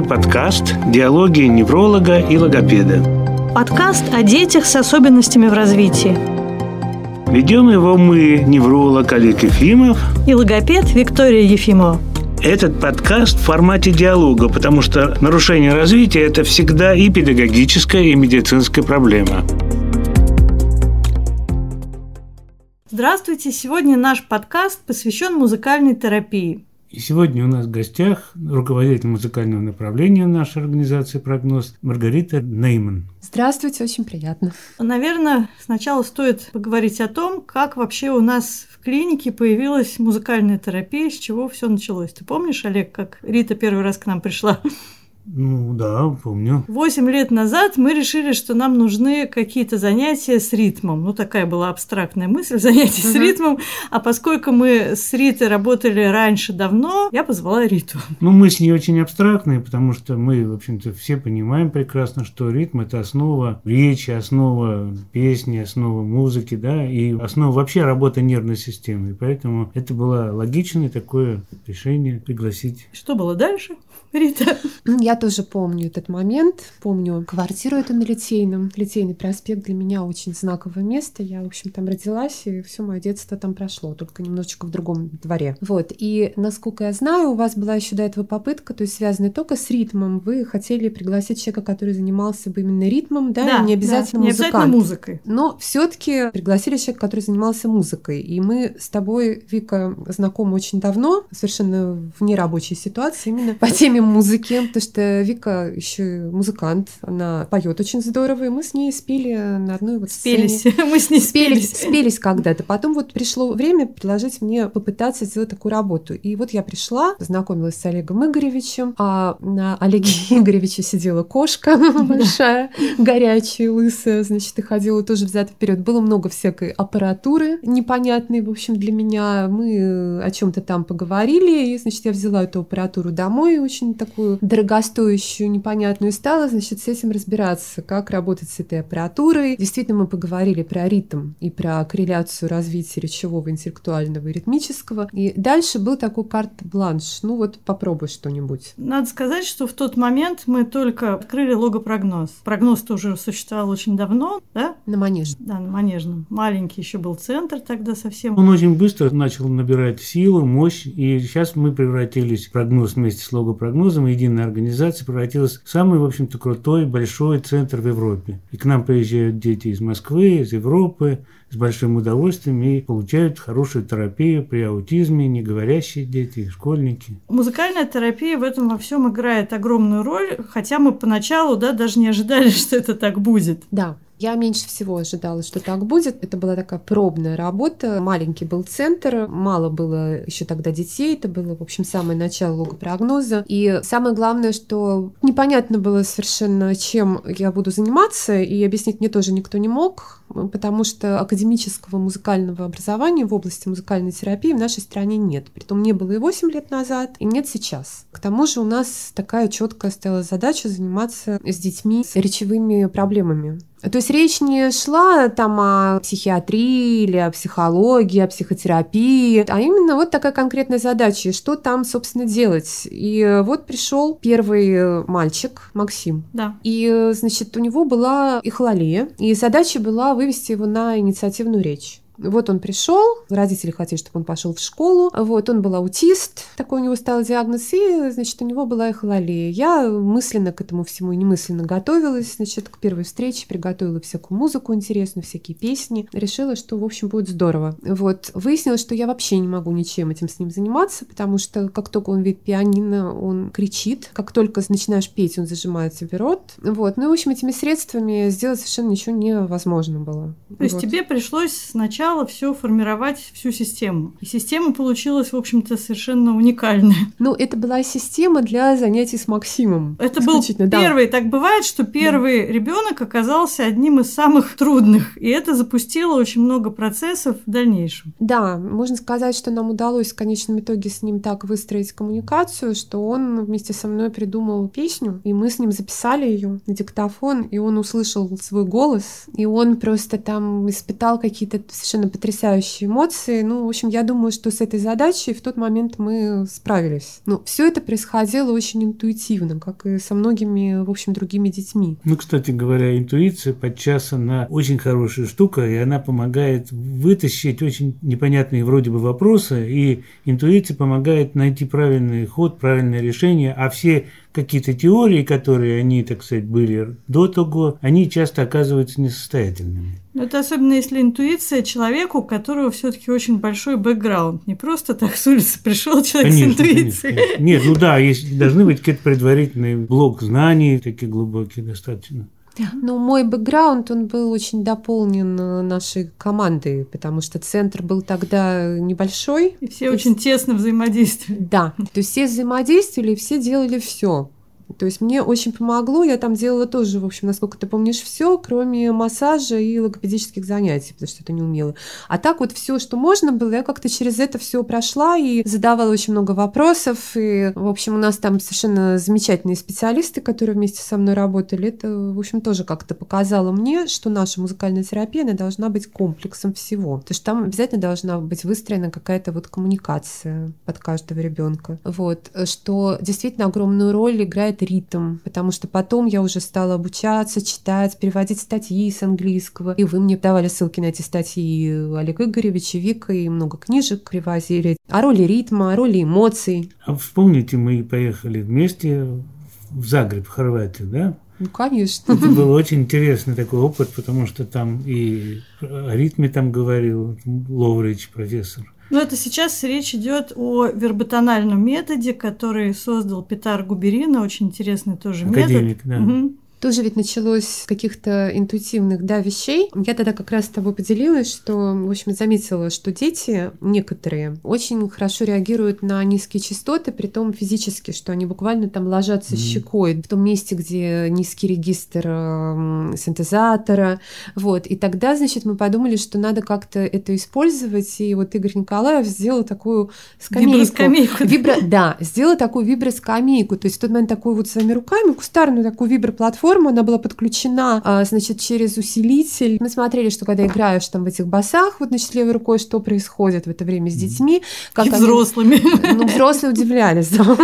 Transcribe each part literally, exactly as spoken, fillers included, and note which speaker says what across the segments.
Speaker 1: подкаст «Диалоги невролога и логопеда».
Speaker 2: Подкаст о детях с особенностями в развитии.
Speaker 1: Ведем его мы, невролог Олег Ефимов
Speaker 2: и логопед Виктория Ефимова.
Speaker 1: Этот подкаст в формате диалога, потому что нарушение развития – это всегда и педагогическая, и медицинская проблема.
Speaker 2: Здравствуйте! Сегодня наш подкаст посвящен музыкальной терапии.
Speaker 1: И сегодня у нас в гостях руководитель музыкального направления нашей организации «Прогноз» Маргарита Нейман.
Speaker 3: Здравствуйте, очень приятно.
Speaker 2: Наверное, сначала стоит поговорить о том, как вообще у нас в клинике появилась музыкальная терапия, с чего все началось. Ты помнишь, Олег, как Рита первый раз к нам пришла?
Speaker 1: Ну да, помню.
Speaker 2: Восемь лет назад мы решили, что нам нужны какие-то занятия с ритмом. Ну, такая была абстрактная мысль, занятия uh-huh. с ритмом. А поскольку мы с Ритой работали раньше давно, я позвала Риту.
Speaker 1: Ну, мы с ней очень абстрактные, потому что мы, в общем-то, все понимаем прекрасно, что ритм – это основа речи, основа песни, основа музыки, да, и основа вообще работы нервной системы. И поэтому это было логичное такое решение пригласить.
Speaker 2: Что было дальше, Рита?
Speaker 3: Я тоже помню этот момент, помню квартиру эту на Литейном. Литейный проспект для меня очень знаковое место. Я, в общем, там родилась, и все мое детство там прошло, только немножечко в другом дворе. Вот, и насколько я знаю, у вас была еще до этого попытка, то есть связанная только с ритмом. Вы хотели пригласить человека, который занимался бы именно ритмом, да,
Speaker 2: да
Speaker 3: не обязательно
Speaker 2: да,
Speaker 3: музыкант.
Speaker 2: Не обязательно музыкой.
Speaker 3: Но все-таки пригласили человека, который занимался музыкой. И мы с тобой, Вика, знакомы очень давно, совершенно в нерабочей ситуации, именно по теме музыки, потому что Вика еще музыкант, она поет очень здорово, и мы с ней спели на одной вот сцене.
Speaker 2: Спелись, мы с ней спелись.
Speaker 3: Спелись, спелись когда-то. Потом вот пришло время предложить мне попытаться сделать такую работу. И вот я пришла, познакомилась с Олегом Игоревичем, а на Олеге Игоревиче сидела кошка большая, горячая, лысая, значит, и ходила тоже взад-вперед. Было много всякой аппаратуры непонятной, в общем, для меня. Мы о чем-то там поговорили, и, значит, я взяла эту аппаратуру домой, очень такую дорогостоящую, стоящую, непонятную, стала, значит, с этим разбираться, как работать с этой аппаратурой. Действительно, мы поговорили про ритм и про корреляцию развития речевого, интеллектуального и ритмического. И дальше был такой карт-бланш. Ну вот, попробуй что-нибудь.
Speaker 2: Надо сказать, что в тот момент мы только открыли логопрогноз. Прогноз-то уже существовал очень давно, да?
Speaker 3: На Манежном.
Speaker 2: Да, на Манежном. Маленький еще был центр тогда совсем.
Speaker 1: Он очень быстро начал набирать силу, мощь, и сейчас мы превратились в прогноз вместе с логопрогнозом, единая организация превратилась в самый, в общем-то, крутой, большой центр в Европе. И к нам приезжают дети из Москвы, из Европы с большим удовольствием и получают хорошую терапию при аутизме, неговорящие дети, школьники.
Speaker 2: Музыкальная терапия в этом во всем играет огромную роль, хотя мы поначалу, да, даже не ожидали, что это так будет.
Speaker 3: Да. Я меньше всего ожидала, что так будет. Это была такая пробная работа. Маленький был центр, мало было еще тогда детей. Это было, в общем, самое начало логопрогноза. И самое главное, что непонятно было совершенно, чем я буду заниматься, и объяснить мне тоже никто не мог, потому что академического музыкального образования в области музыкальной терапии в нашей стране нет. Притом не было и восемь лет назад, и нет сейчас. К тому же у нас такая четкая стояла задача заниматься с детьми с речевыми проблемами. То есть речь не шла там о психиатрии или о психологии, о психотерапии, а именно вот такая конкретная задача, что там, собственно, делать. И вот пришел первый мальчик, Максим.
Speaker 2: Да.
Speaker 3: И, значит, у него была эхололия, и задача была вывести его на инициативную речь. Вот он пришел, родители хотели, чтобы он пошел в школу. Вот он был аутист, такой у него стал диагноз, и, значит, у него была эхололия. Я мысленно к этому всему и немысленно готовилась, значит, к первой встрече, приготовила всякую музыку интересную, всякие песни. Решила, что, в общем, будет здорово. Вот. Выяснилось, что я вообще не могу ничем этим с ним заниматься, потому что как только он видит пианино, он кричит. Как только начинаешь петь, он зажимает себе рот. Вот. Ну, в общем, этими средствами сделать совершенно ничего невозможно было.
Speaker 2: То есть
Speaker 3: вот.
Speaker 2: тебе пришлось сначала все формировать, всю систему. И система получилась, в общем-то, совершенно уникальная.
Speaker 3: Ну, это была система для занятий с Максимом.
Speaker 2: Это был первый, да. Так бывает, что первый да. ребенок оказался одним из самых трудных, и это запустило очень много процессов в дальнейшем.
Speaker 3: Да, можно сказать, что нам удалось в конечном итоге с ним так выстроить коммуникацию, что он вместе со мной придумал песню, и мы с ним записали ее на диктофон, и он услышал свой голос, и он просто там испытал какие-то совершенно совершенно потрясающие эмоции. Ну, в общем, я думаю, что с этой задачей в тот момент мы справились. Ну, все это происходило очень интуитивно, как и со многими, в общем, другими детьми.
Speaker 1: Ну, кстати говоря, интуиция подчас она очень хорошая штука, и она помогает вытащить очень непонятные вроде бы вопросы, и интуиция помогает найти правильный ход, правильное решение, а все какие-то теории, которые они, так сказать, были до того, они часто оказываются несостоятельными.
Speaker 2: Это особенно если интуиция человеку, у которого все-таки очень большой бэкграунд. Не просто так с улицы пришел человек конечно, с интуицией.
Speaker 1: Конечно, конечно. Нет, ну да, есть, должны быть какие-то предварительные блок знаний, такие глубокие достаточно.
Speaker 3: Ну, мой бэкграунд, он был очень дополнен нашей командой, потому что центр был тогда небольшой.
Speaker 2: И все очень есть... тесно взаимодействовали.
Speaker 3: Да, то есть все взаимодействовали, и все делали все. То есть мне очень помогло, я там делала тоже, в общем, насколько ты помнишь, все, кроме массажа и логопедических занятий, потому что это не умела. А так вот все, что можно было, я как-то через это все прошла и задавала очень много вопросов. И, в общем, у нас там совершенно замечательные специалисты, которые вместе со мной работали. Это, в общем, тоже как-то показало мне, что наша музыкальная терапия, она должна быть комплексом всего. Потому что там обязательно должна быть выстроена какая-то вот коммуникация под каждого ребенка. Вот, что действительно огромную роль играет ритм, потому что потом я уже стала обучаться, читать, переводить статьи с английского, и вы мне давали ссылки на эти статьи, Олег Игоревич и Вика, и много книжек привозили о роли ритма, о роли эмоций.
Speaker 1: А вспомните, мы поехали вместе в Загреб, в Хорватию, да?
Speaker 3: Ну, конечно.
Speaker 1: Это был очень интересный такой опыт, потому что там и о ритме там говорил Ловрич, профессор.
Speaker 2: Ну, это сейчас речь идет о верботональном методе, который создал Петар Губерина, очень интересный тоже
Speaker 1: Академик,
Speaker 2: метод.
Speaker 1: Да.
Speaker 2: Угу.
Speaker 3: Тоже ведь началось с каких-то интуитивных, да, вещей. Я тогда как раз с тобой поделилась, что, в общем, заметила, что дети, некоторые, очень хорошо реагируют на низкие частоты, притом физически, что они буквально там ложатся mm-hmm. щекой в том месте, где низкий регистр э, синтезатора. Вот. И тогда, значит, мы подумали, что надо как-то это использовать. И вот Игорь Николаев сделал такую скамейку.
Speaker 2: Виброскамейку.
Speaker 3: Вибро... Да, сделал такую виброскамейку. То есть в тот момент такую вот своими руками, кустарную такую виброплатформу, она была подключена, значит, через усилитель. Мы смотрели, что когда играешь там в этих басах, вот, значит, левой рукой, что происходит в это время с детьми.
Speaker 2: Как и они... взрослыми.
Speaker 3: Ну, взрослые удивлялись, да.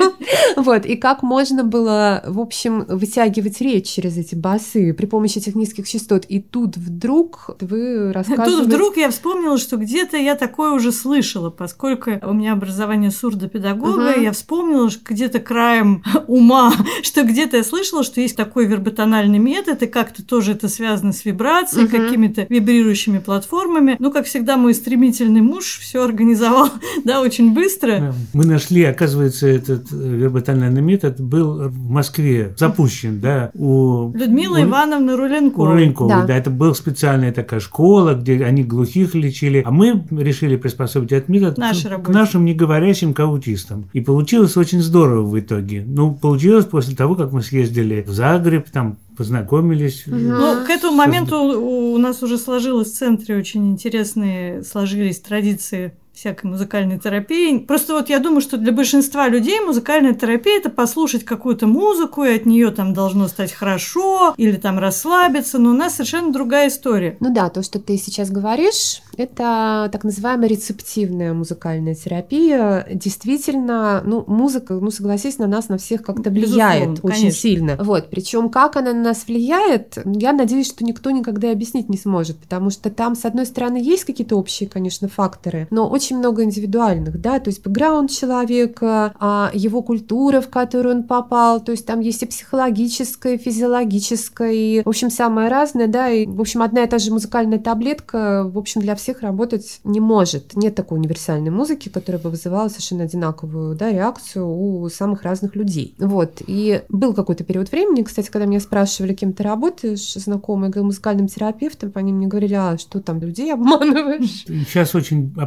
Speaker 3: Вот, и как можно было, в общем, вытягивать речь через эти басы при помощи этих низких частот. И тут вдруг вы рассказывали...
Speaker 2: Тут вдруг я вспомнила, что где-то я такое уже слышала, поскольку у меня образование сурдопедагога, угу. я вспомнила где-то краем ума, что где-то я слышала, что есть такой верботональный метод, и как-то тоже это связано с вибрацией, угу. какими-то вибрирующими платформами. Ну, как всегда, мой стремительный муж все организовал, да, очень быстро.
Speaker 1: Мы нашли, оказывается, этот верботональный метод был в Москве запущен, да, у
Speaker 2: Людмилы у... Ивановны Руленковой.
Speaker 1: Руленковой, да. да, это была специальная такая школа, где они глухих лечили, а мы решили приспособить этот метод
Speaker 2: Наши
Speaker 1: к,
Speaker 2: к
Speaker 1: нашим неговорящим к аутистам. И получилось очень здорово в итоге. Ну, получилось после того, как мы съездили в Загреб, там познакомились.
Speaker 2: Угу. Ну, к этому моменту у нас уже сложилось в центре очень интересные, сложились традиции всякой музыкальной терапии. Просто вот я думаю, что для большинства людей музыкальная терапия – это послушать какую-то музыку, и от нее там должно стать хорошо, или там расслабиться, но у нас совершенно другая история.
Speaker 3: Ну да, то, что ты сейчас говоришь, это так называемая рецептивная музыкальная терапия. Действительно, ну, музыка, ну, согласись, на нас, на всех как-то влияет. Безусловно, очень конечно. Сильно. Вот, причем как она на нас влияет, я надеюсь, что никто никогда объяснить не сможет, потому что там, с одной стороны, есть какие-то общие, конечно, факторы, но очень много индивидуальных, да, то есть бэкграунд человека, его культура, в которую он попал, то есть там есть и психологическое, и физиологическое, и, в общем, самое разное, да, и, в общем, одна и та же музыкальная таблетка, в общем, для всех работать не может. Нет такой универсальной музыки, которая бы вызывала совершенно одинаковую, да, реакцию у самых разных людей. Вот, и был какой-то период времени, кстати, когда меня спрашивали, кем ты работаешь, знакомые, я говорю, музыкальным терапевтом, они мне говорили, а что там, людей обманываешь?
Speaker 1: Сейчас очень обширная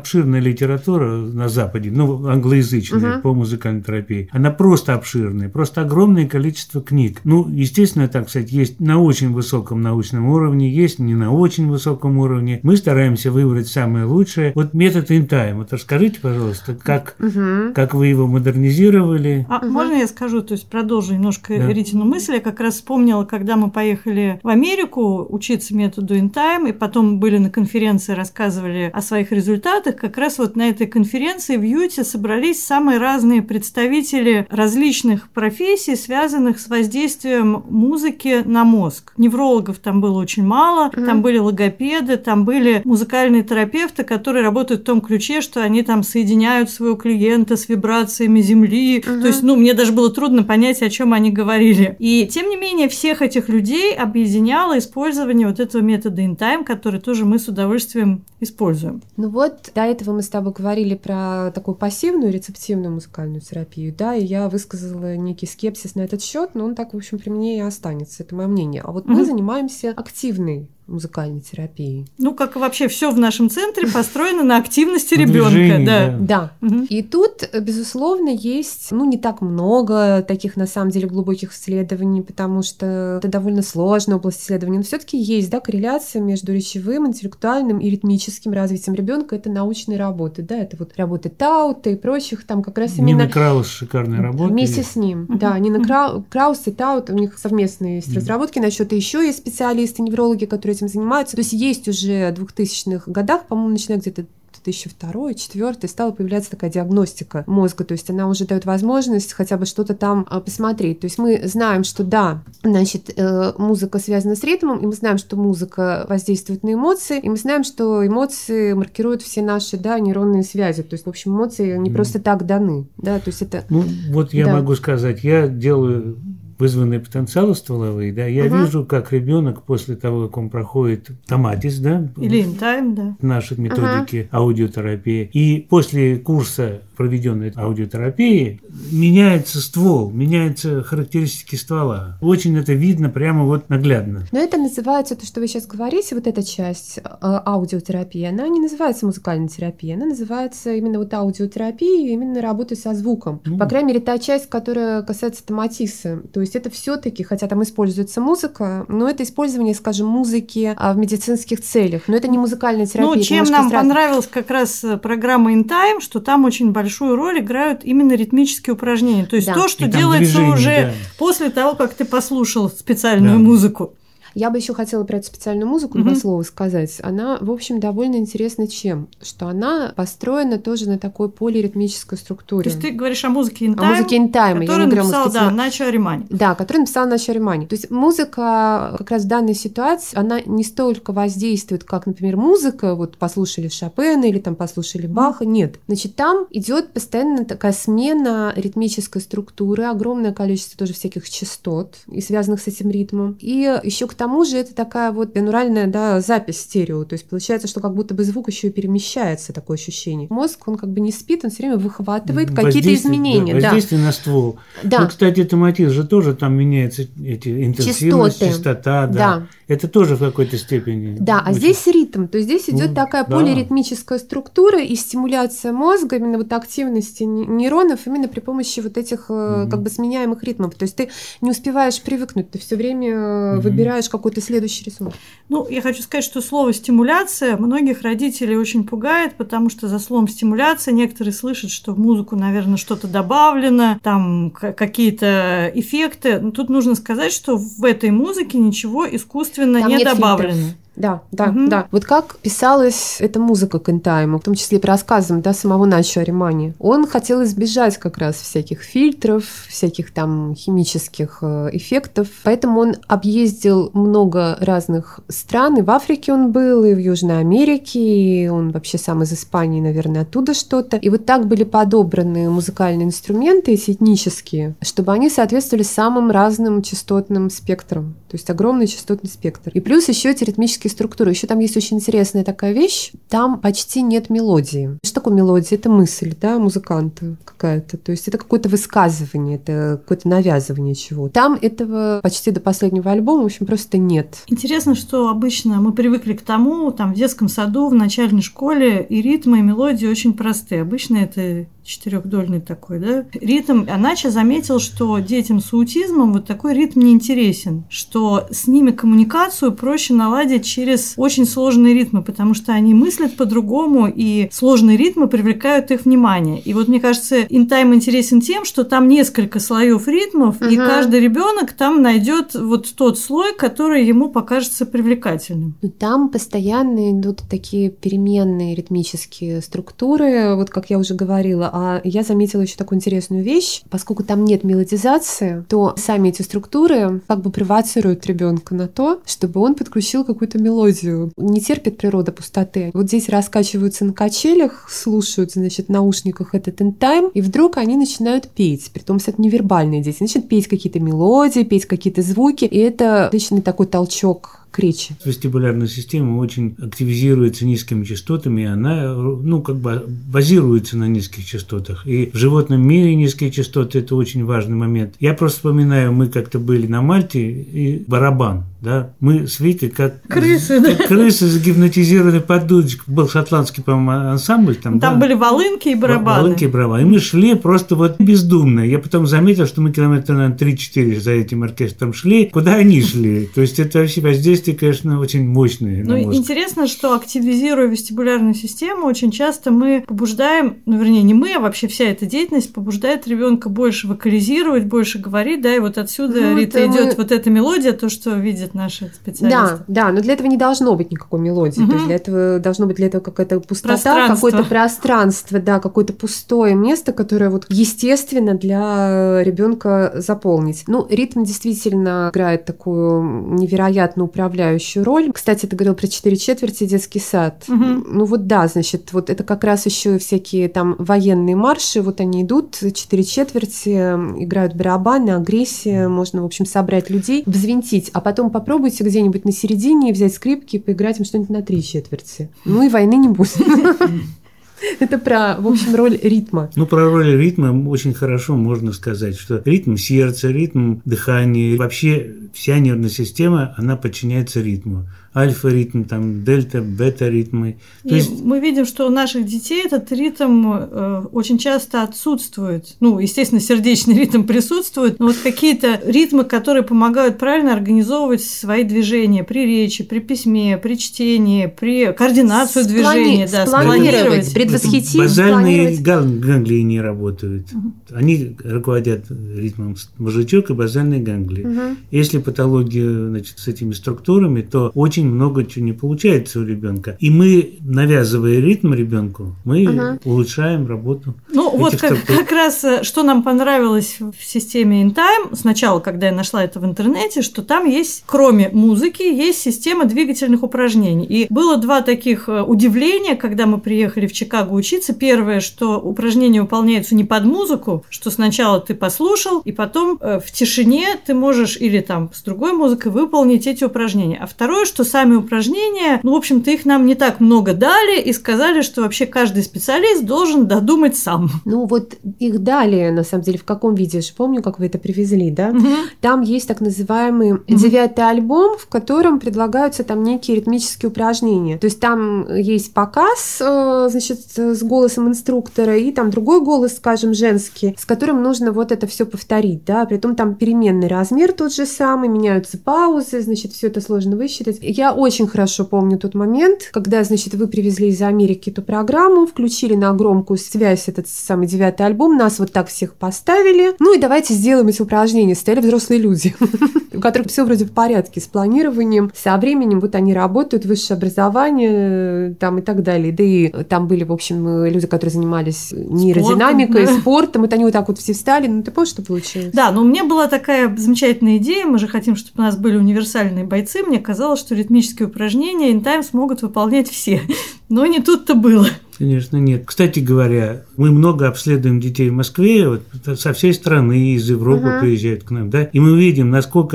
Speaker 1: литература на Западе, ну, англоязычная, угу. по музыкальной терапии, она просто обширная, просто огромное количество книг. Ну, естественно, так сказать, есть на очень высоком научном уровне, есть не на очень высоком уровне. Мы стараемся выбрать самое лучшее. Вот метод InTime. Вот расскажите, пожалуйста, как, угу. как вы его модернизировали?
Speaker 2: А угу. можно я скажу, то есть продолжу немножко да. Ритину мысль. Я как раз вспомнила, когда мы поехали в Америку учиться методу InTime, и потом были на конференции, рассказывали о своих результатах. Как раз вот на этой конференции в Юте собрались самые разные представители различных профессий, связанных с воздействием музыки на мозг. Неврологов там было очень мало, mm-hmm. там были логопеды, там были музыкальные терапевты, которые работают в том ключе, что они там соединяют своего клиента с вибрациями Земли. Mm-hmm. То есть, ну, мне даже было трудно понять, о чем они говорили. И, тем не менее, всех этих людей объединяло использование вот этого метода InTime, который тоже мы с удовольствием используем.
Speaker 3: Ну вот, до этого мы с тобой говорили про такую пассивную рецептивную музыкальную терапию, да, и я высказала некий скепсис на этот счет, но он так, в общем, при мне и останется, это мое мнение. А вот mm-hmm. мы занимаемся активной музыкальной терапией.
Speaker 2: Ну, как и вообще все в нашем центре построено на активности ребенка. Да.
Speaker 3: Да. Угу. И тут, безусловно, есть, ну, не так много таких, на самом деле, глубоких исследований, потому что это довольно сложная область исследований. Но все-таки есть, да, корреляция между речевым, интеллектуальным и ритмическим развитием ребенка. Это научные работы, да, это вот работы Таута и прочих, там как раз именно...
Speaker 1: Нина Краус шикарная работа.
Speaker 3: Вместе
Speaker 1: есть.
Speaker 3: с ним, угу. да, Нина Крау... Краус и Таут, у них совместные есть угу. разработки насчет, и еще есть специалисты, неврологи, которые этим занимаются. То есть есть уже в двухтысячных годах, по-моему, начиная где-то две тысячи второй, две тысячи четвёртый, стала появляться такая диагностика мозга, то есть она уже дает возможность хотя бы что-то там посмотреть. То есть мы знаем, что да, значит, музыка связана с ритмом, и мы знаем, что музыка воздействует на эмоции, и мы знаем, что эмоции маркируют все наши, да, нейронные связи. То есть, в общем, эмоции не mm. просто так даны, да, то есть это...
Speaker 1: Ну, вот я да. могу сказать, я делаю... вызванные потенциалы стволовые, да, я угу. вижу, как ребенок после того, как он проходит томатис, да,
Speaker 2: или InTime, да,
Speaker 1: наши методики угу. аудиотерапии, и после курса проведенной аудиотерапии меняется ствол, меняются характеристики ствола. Очень это видно прямо вот наглядно.
Speaker 3: Но это называется, то, что вы сейчас говорите, вот эта часть аудиотерапии, она не называется музыкальной терапией, она называется именно вот аудиотерапией, именно работой со звуком. Mm. По крайней мере, та часть, которая касается томатиса. То есть это все-таки, хотя там используется музыка, но это использование, скажем, музыки в медицинских целях. Но это не музыкальная терапия.
Speaker 2: Ну, чем нам понравилась как раз программа InTime, что там очень большую роль играют именно ритмические упражнения. То есть да. то, что делается движение, уже да. после того, как ты послушал специальную да. музыку.
Speaker 3: Я бы еще хотела про эту специальную музыку два mm-hmm. слова сказать. Она, в общем, довольно интересна чем? Что она построена тоже на такой полиритмической структуре.
Speaker 2: То есть ты говоришь о музыке InTime,
Speaker 3: о музыке InTime,
Speaker 2: которую написал, да, Начо Аримани.
Speaker 3: Да, которую написал Начо Аримани. То есть музыка как раз в данной ситуации, она не столько воздействует, как, например, музыка, вот послушали Шопена или там послушали Баха, mm-hmm. нет. Значит, там идет постоянно такая смена ритмической структуры, огромное количество тоже всяких частот, и связанных с этим ритмом. И еще к К тому же это такая вот бинуральная, да, запись стерео, то есть получается, что как будто бы звук еще и перемещается, такое ощущение. Мозг, он как бы не спит, он все время выхватывает какие-то изменения.
Speaker 1: Да, воздействие да. на ствол. Да. Ну, кстати, томатиз же тоже там меняется эти интенсивность, частоты. Частота, да. да. Это тоже в какой-то степени.
Speaker 3: Да, очень... а здесь ритм, то есть здесь идет ну, такая да. полиритмическая структура и стимуляция мозга, именно вот активности нейронов именно при помощи вот этих mm-hmm. как бы сменяемых ритмов. То есть ты не успеваешь привыкнуть, ты все время mm-hmm. выбираешь какой-то следующий рисунок.
Speaker 2: Ну, я хочу сказать, что слово «стимуляция» многих родителей очень пугает, потому что за словом «стимуляция» некоторые слышат, что в музыку, наверное, что-то добавлено, там какие-то эффекты. Но тут нужно сказать, что в этой музыке ничего искусственно там не добавлено. Фильтров.
Speaker 3: Да, да, угу. да. Вот как писалась эта музыка к InTime, в том числе по рассказам, да, самого Начо Аримани. Он хотел избежать как раз всяких фильтров, всяких там химических эффектов, поэтому он объездил много разных стран, и в Африке он был, и в Южной Америке, и он вообще сам из Испании, наверное, оттуда что-то. И вот так были подобраны музыкальные инструменты, эти этнические, чтобы они соответствовали самым разным частотным спектрам, то есть огромный частотный спектр. И плюс еще эти ритмические ритмические структуры. Еще там есть очень интересная такая вещь. Там почти нет мелодии. Что такое мелодия? Это мысль, да, музыканта какая-то. То есть это какое-то высказывание, это какое-то навязывание чего. Там этого почти до последнего альбома, в общем, просто нет.
Speaker 2: Интересно, что обычно мы привыкли к тому, там в детском саду, в начальной школе и ритмы, и мелодии очень простые. Обычно это четырехдольный такой, да, ритм. А Нача заметил, что детям с аутизмом вот такой ритм не интересен, что с ними коммуникацию проще наладить через очень сложные ритмы, потому что они мыслят по-другому, и сложные ритмы привлекают их внимание. И вот мне кажется, In Time интересен тем, что там несколько слоев ритмов, угу. и каждый ребенок там найдет вот тот слой, который ему покажется привлекательным.
Speaker 3: Там постоянно идут такие переменные ритмические структуры, вот как я уже говорила. А я заметила еще такую интересную вещь. Поскольку там нет мелодизации, то сами эти структуры как бы провоцируют ребенка на то, чтобы он подключил какую-то мелодию. Не терпит природа пустоты. Вот здесь раскачиваются на качелях, слушают, значит, в наушниках этот In Time, и вдруг они начинают петь. Притом это невербальные дети. Начинают петь какие-то мелодии, петь какие-то звуки. И это отличный такой толчок к речи.
Speaker 1: Вестибулярная система очень активизируется низкими частотами, и она, ну, как бы базируется на низких частотах. И в животном мире низкие частоты – это очень важный момент. Я просто вспоминаю, мы как-то были на Мальте, и барабан, да, мы с Викой как
Speaker 2: крысы,
Speaker 1: как
Speaker 2: да?
Speaker 1: крысы загипнотизированы под дудочку. Был шотландский, по-моему, ансамбль. Там,
Speaker 2: там
Speaker 1: да?
Speaker 2: были волынки и барабаны.
Speaker 1: Волынки и барабаны. И мы шли просто вот бездумно. Я потом заметил, что мы километра, наверное, три-четыре за этим оркестром шли. Куда они шли? То есть это вообще воздействие, конечно, очень мощные.
Speaker 2: Ну, интересно, что активизируя вестибулярную систему, очень часто мы побуждаем, ну, вернее, не мы, а вообще вся эта деятельность побуждает ребенка больше вокализировать, больше говорить, да, и вот отсюда, ну, Рита, идет мы... вот эта мелодия, то, что видят наши специалисты.
Speaker 3: Да, да, но для этого не должно быть никакой мелодии, угу. то есть для этого должно быть для этого какая-то пустота, какое-то пространство, да, какое-то пустое место, которое вот естественно для ребенка заполнить. Ну, ритм действительно играет такую невероятно управляющую роль. Кстати, ты говорил про четыре четверти детский сад. Угу. Ну вот да, значит, вот это как раз еще всякие там военные марши, вот они идут, четыре четверти, играют барабаны, агрессия, можно, в общем, собрать людей, взвинтить, а потом попробуйте где-нибудь на середине взять скрипки и поиграть им что-нибудь на три четверти. Ну и войны не будет. Это про, в общем, роль ритма.
Speaker 1: Ну, про роль ритма очень хорошо можно сказать, что ритм сердца, ритм дыхания, вообще вся нервная система, она подчиняется ритму. Альфа-ритм, там, дельта, бета-ритмы.
Speaker 2: И есть... мы видим, что у наших детей этот ритм э, очень часто отсутствует. Ну, естественно, сердечный ритм присутствует, но вот какие-то ритмы, которые помогают правильно организовывать свои движения при речи, при письме, при чтении, при координацию Сплани... движения, да,
Speaker 3: спланировать, предвосхитить.
Speaker 1: Базальные ганглии не работают. Угу. Они руководят ритмом мозжечок и базальные ганглии. Угу. Если патология, значит, с этими структурами, то очень много чего не получается у ребенка. И мы, навязывая ритм ребенку, мы ага. улучшаем работу.
Speaker 2: Ну, вот как, как раз, что нам понравилось в системе In Time, сначала, когда я нашла это в интернете, что там есть, кроме музыки, есть система двигательных упражнений. И было два таких удивления, когда мы приехали в Чикаго учиться. Первое, что упражнения выполняются не под музыку, что сначала ты послушал, и потом в тишине ты можешь или там с другой музыкой выполнить эти упражнения. А второе, что сами упражнения, ну, в общем-то, их нам не так много дали и сказали, что вообще каждый специалист должен додумать сам.
Speaker 3: Ну, вот их дали, на самом деле, в каком виде? Я же помню, как вы это привезли, да? Угу. Там есть так называемый угу. девятый альбом, в котором предлагаются там некие ритмические упражнения. То есть там есть показ, значит, с голосом инструктора, и там другой голос, скажем, женский, с которым нужно вот это все повторить, да? Притом там переменный размер тот же самый, меняются паузы, значит, все это сложно высчитать. Я очень хорошо помню тот момент, когда, значит, вы привезли из Америки эту программу, включили на громкую связь этот самый девятый альбом, нас вот так всех поставили. Ну и давайте сделаем эти упражнения. Стояли взрослые люди, у которых все вроде в порядке с планированием, со временем. Вот они работают, высшее образование там и так далее. Да и там были, в общем, люди, которые занимались нейродинамикой, спортом, да. спортом. Вот они вот так вот все встали. Ну ты помнишь, что получилось?
Speaker 2: Да, но у меня была такая замечательная идея. Мы же хотим, чтобы у нас были универсальные бойцы. Мне казалось, что ритмические упражнения In Time смогут выполнять все. Но не тут-то было.
Speaker 1: Конечно, нет. Кстати говоря, мы много обследуем детей в Москве, вот, со всей страны, из Европы uh-huh. приезжают к нам, да, и мы видим, насколько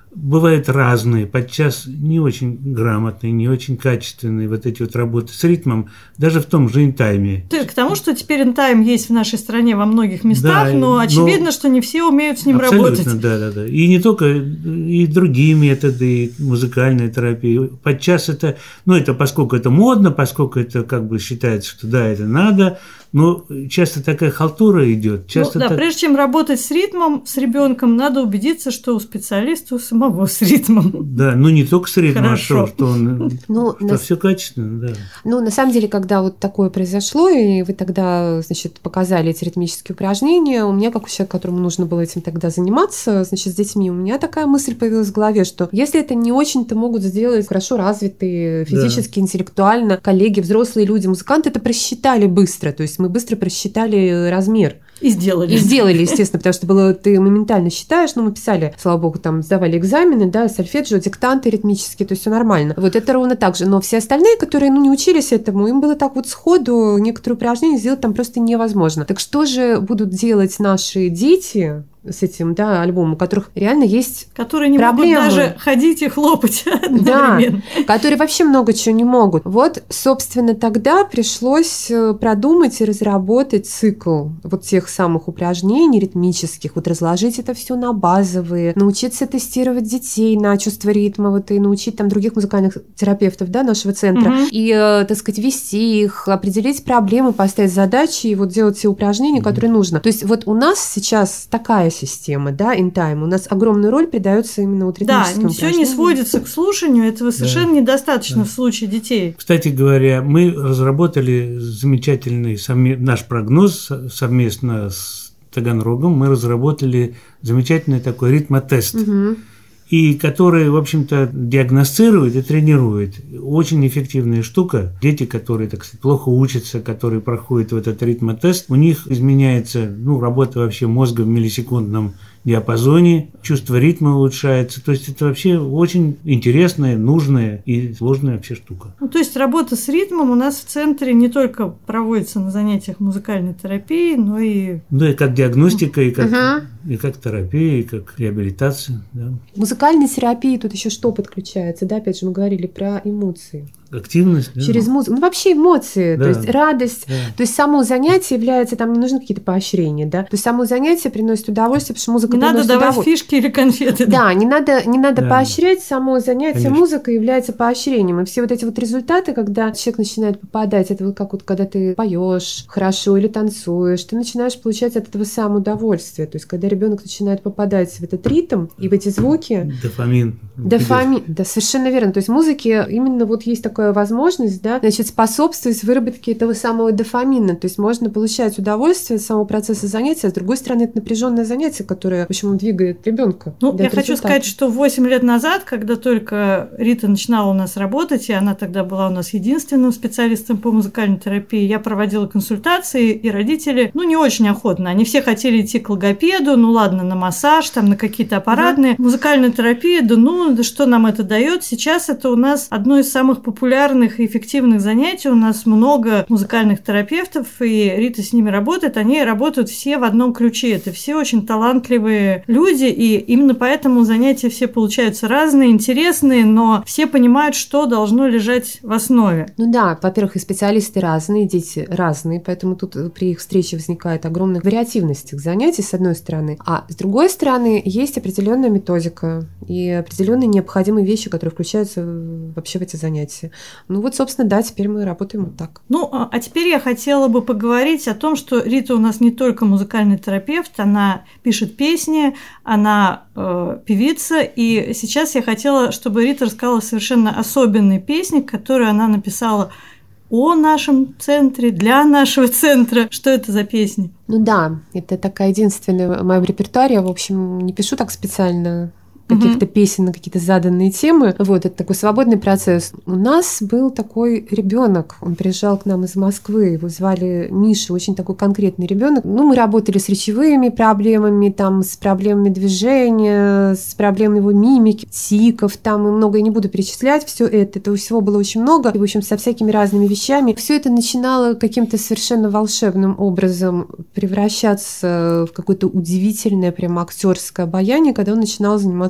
Speaker 1: бывают разные, подчас не очень грамотные, не очень качественные вот эти вот работы с ритмом, даже в том же интайме.
Speaker 2: Ты к тому, что теперь интайм есть в нашей стране во многих местах,
Speaker 1: да,
Speaker 2: но очевидно,
Speaker 1: но...
Speaker 2: что не все умеют с ним
Speaker 1: абсолютно,
Speaker 2: работать.
Speaker 1: Абсолютно, да, да, да. И не только, и другие методы, и музыкальная терапия. Подчас это, ну, это поскольку это модно, поскольку это как бы считается, что да, это надо, но часто такая халтура идет. Часто
Speaker 2: ну, да,
Speaker 1: так...
Speaker 2: прежде чем работать с ритмом, с ребенком, надо убедиться, что у специалиста у самого с ритмом.
Speaker 1: Да, ну не только с ритмом,
Speaker 2: Хорошо.
Speaker 1: а что, что, он,
Speaker 3: ну,
Speaker 1: что
Speaker 3: на...
Speaker 1: все качественно, да.
Speaker 3: Ну, на самом деле, когда вот такое произошло, и вы тогда, значит, показали эти ритмические упражнения, у меня, как у человека, которому нужно было этим тогда заниматься, значит, с детьми, у меня такая мысль появилась в голове, что если это не очень-то могут сделать хорошо развитые физически, да. интеллектуально коллеги, взрослые люди, музыканты, это просчитали быстро, то есть мы быстро просчитали размер.
Speaker 2: И сделали.
Speaker 3: И сделали, естественно, потому что было, ты моментально считаешь, ну, мы писали, слава богу, там сдавали экзамены, да, сольфеджио, диктанты ритмические, то есть все нормально. Вот это ровно так же. Но все остальные, которые, ну, не учились этому, им было так вот сходу, некоторые упражнения сделать там просто невозможно. Так что же будут делать наши дети с этим, да, альбомом, у которых реально есть
Speaker 2: которые не
Speaker 3: проблемы.
Speaker 2: Могут даже ходить и хлопать одновременно.
Speaker 3: Да, которые вообще много чего не могут. Вот, собственно, тогда пришлось продумать и разработать цикл вот тех самых упражнений ритмических, вот разложить это все на базовые, научиться тестировать детей на чувство ритма, вот и научить там других музыкальных терапевтов, да, нашего центра, угу. и, так сказать, вести их, определить проблемы, поставить задачи и вот делать те упражнения, которые нужно. То есть вот у нас сейчас такая система, да, InTime, у нас огромную роль придается именно вот ритмическим
Speaker 2: Да, все не сводится к слушанию, этого совершенно да. недостаточно да. в случае детей.
Speaker 1: Кстати говоря, мы разработали замечательный совме... наш прогноз совместно с Таганрогом, мы разработали замечательный такой ритмотест, угу. и который, в общем-то, диагностирует и тренирует. Очень эффективная штука. Дети, которые, так сказать, плохо учатся, которые проходят в этот ритмотест, у них изменяется, ну, работа вообще мозга в миллисекундном диапазоне, чувство ритма улучшается. То есть это вообще очень интересная, нужная и сложная вообще штука.
Speaker 2: Ну, то есть работа с ритмом у нас в центре не только проводится на занятиях музыкальной терапии, но и...
Speaker 1: Да, и как диагностика, и как, угу. и как терапия, и как реабилитация. Да.
Speaker 3: В музыкальной терапии тут еще что подключается? Да, опять же, мы говорили про эмоции.
Speaker 1: Активность. Да.
Speaker 3: Через музыку. Ну, вообще эмоции, да. то есть радость. Да. То есть само занятие является, там не нужны какие-то поощрения, да. То есть само занятие приносит удовольствие, потому что музыка
Speaker 2: не
Speaker 3: приносит
Speaker 2: надо давать
Speaker 3: удовольствие.
Speaker 2: Фишки или конфеты.
Speaker 3: Да, не надо, не надо
Speaker 1: да.
Speaker 3: поощрять, само занятие
Speaker 1: Конечно.
Speaker 3: Музыкой является поощрением. И все вот эти вот результаты, когда человек начинает попадать, это вот как вот когда ты поешь хорошо или танцуешь, ты начинаешь получать от этого сам удовольствие. То есть когда ребенок начинает попадать в этот ритм и в эти звуки.
Speaker 1: Дофамин.
Speaker 3: Дофамин, да, совершенно верно. То есть музыке именно вот есть такая возможность, да, значит, способствовать выработке этого самого дофамина. То есть можно получать удовольствие от самого процесса занятия, а с другой стороны, это напряженное занятие, которое, в общем, двигает ребенка.
Speaker 2: Ну, я хочу сказать, что восемь лет назад, когда только Рита начинала у нас работать, и она тогда была у нас единственным специалистом по музыкальной терапии, я проводила консультации, и родители, ну, не очень охотно. Они все хотели идти к логопеду, ну, ладно, на массаж, там, на какие-то аппаратные. Mm-hmm. Музыкальная терапия, да ну, да что нам это дает? Сейчас это у нас одно из самых популярных и эффективных занятий. У нас много музыкальных терапевтов, и Рита с ними работает. Они работают все в одном ключе. Это все очень талантливые люди, и именно поэтому занятия все получаются разные, интересные, но все понимают, что должно лежать в основе.
Speaker 3: Ну да, во-первых, и специалисты разные, дети разные, поэтому тут при их встрече возникает огромная вариативность их занятий, с одной стороны. А с другой стороны, есть определенная методика и определенные необходимые вещи, которые включаются вообще в эти занятия. Ну вот, собственно, да, теперь мы работаем вот так.
Speaker 2: Ну, а теперь я хотела бы поговорить о том, что Рита у нас не только музыкальный терапевт, она пишет песни, она э, певица, и сейчас я хотела, чтобы Рита рассказала совершенно особенные песни, которые она написала о нашем центре, для нашего центра. Что это за песни?
Speaker 3: Ну да, это такая единственная в моем репертуаре. Я, в общем, не пишу так специально каких-то mm-hmm. песен на какие-то заданные темы. Вот, это такой свободный процесс. У нас был такой ребенок, он приезжал к нам из Москвы, его звали Миша, очень такой конкретный ребенок. Ну, мы работали с речевыми проблемами, там, с проблемами движения, с проблемами его мимики, тиков, там, и много, я не буду перечислять все это, этого всего было очень много, и, в общем, со всякими разными вещами. Все это начинало каким-то совершенно волшебным образом превращаться в какое-то удивительное, прямо актерское обаяние, когда он начинал заниматься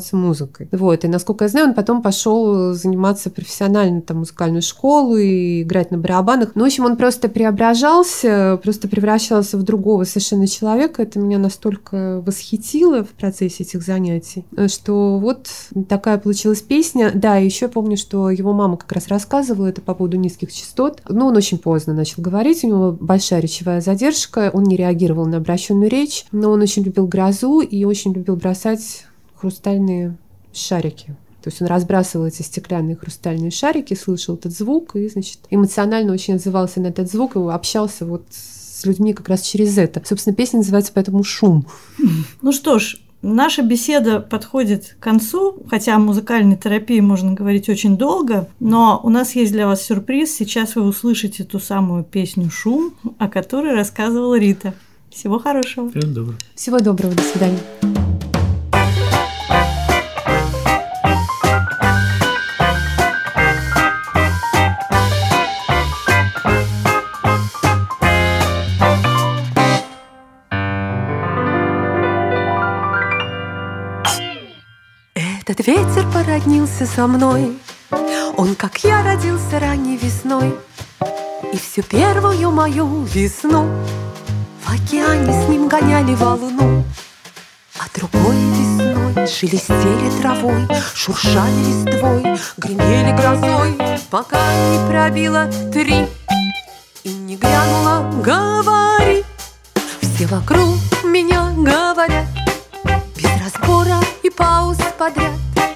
Speaker 3: занимался музыкой. Вот. И, насколько я знаю, он потом пошел заниматься профессионально там, в музыкальную школу и играть на барабанах. Ну, в общем, он просто преображался, просто превращался в другого совершенно человека. Это меня настолько восхитило в процессе этих занятий, что вот такая получилась песня. Да, и еще я помню, что его мама как раз рассказывала это по поводу низких частот. Ну, он очень поздно начал говорить, у него большая речевая задержка, он не реагировал на обращенную речь, но он очень любил грозу и очень любил бросать хрустальные шарики. То есть он разбрасывал эти стеклянные хрустальные шарики, слышал этот звук и, значит, эмоционально очень отзывался на этот звук и общался вот с людьми как раз через это. Собственно, песня называется поэтому «Шум».
Speaker 2: Ну что ж, наша беседа подходит к концу, хотя о музыкальной терапии можно говорить очень долго, но у нас есть для вас сюрприз. Сейчас вы услышите ту самую песню «Шум», о которой рассказывала Рита. Всего хорошего.
Speaker 1: Всего доброго.
Speaker 3: Всего доброго. До свидания.
Speaker 4: Этот ветер породнился со мной, он, как я, родился ранней весной, и всю первую мою весну в океане с ним гоняли волну. А другой весной шелестели травой, шуршали листвой, гремели грозой, пока не пробило три и не грянуло «Говори». Все вокруг меня говорят без разбора и пауз подряд,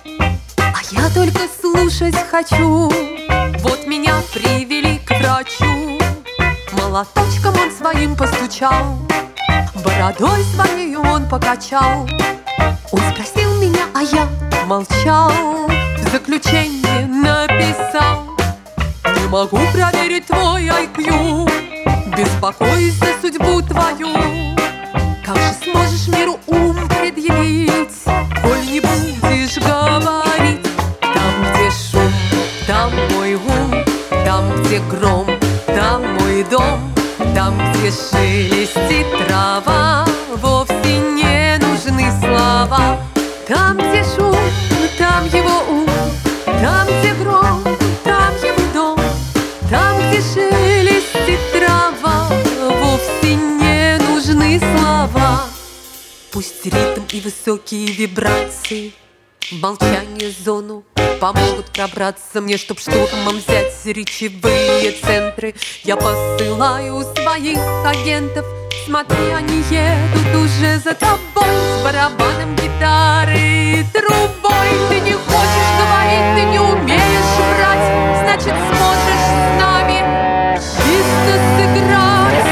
Speaker 4: а я только слушать хочу. Вот меня привели к врачу, молоточком он своим постучал, бородой своей он покачал. Он спросил меня, а я молчал, в заключение написал: не могу проверить твой ай кью, беспокоюсь за судьбу твою. Как же сможешь миру ум предъявить, коль не будешь говорить? Там, где шум, там мой ум, там, где гром, там мой дом, там, где шелестит трава, вовсе не нужны слова. Там, где шум, там его ум, там, где гром, там его дом, там, где шелестит трава, вовсе не нужны слова. Пусть ритм и высокие вибрации в молчание зону помогут пробраться мне, чтоб штурмом взять речевые центры. Я посылаю своих агентов, смотри, они едут уже за тобой с барабаном гитары и трубой. Ты не хочешь говорить, ты не умеешь врать, значит, сможешь с нами чисто сыграть.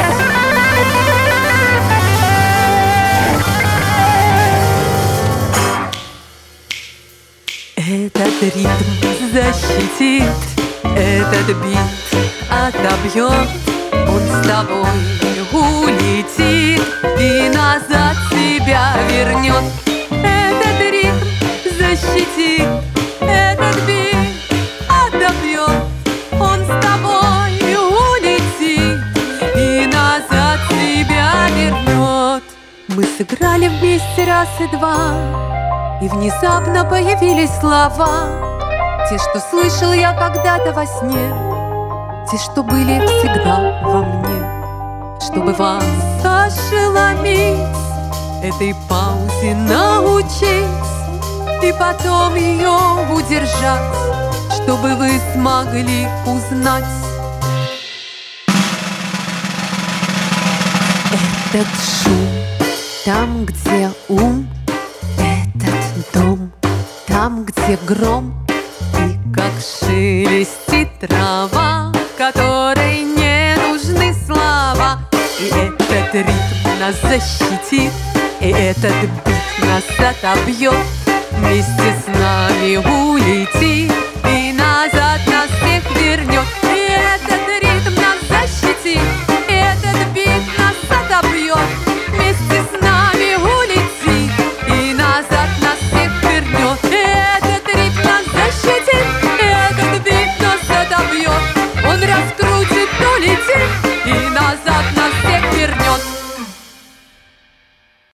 Speaker 4: Этот ритм защитит, этот бит отобьет, он с тобой улетит и назад тебя вернет. Этот ритм защитит, этот бит отобьет, он с тобой улетит и назад тебя вернет. Мы сыграли вместе раз и два, и внезапно появились слова, те, что слышал я когда-то во сне, те, что были всегда во мне. Чтобы вас ошеломить, этой паузе научить и потом ее удержать, чтобы вы смогли узнать. Этот шум там, где ум, дом, там, где гром, и как шелестит трава, которой не нужны слова. И этот ритм нас защитит, и этот бит нас отобьет, вместе с нами улетит и назад нас всех вернет. И этот ритм нас защитит, и этот бит нас отобьет, вместе с нами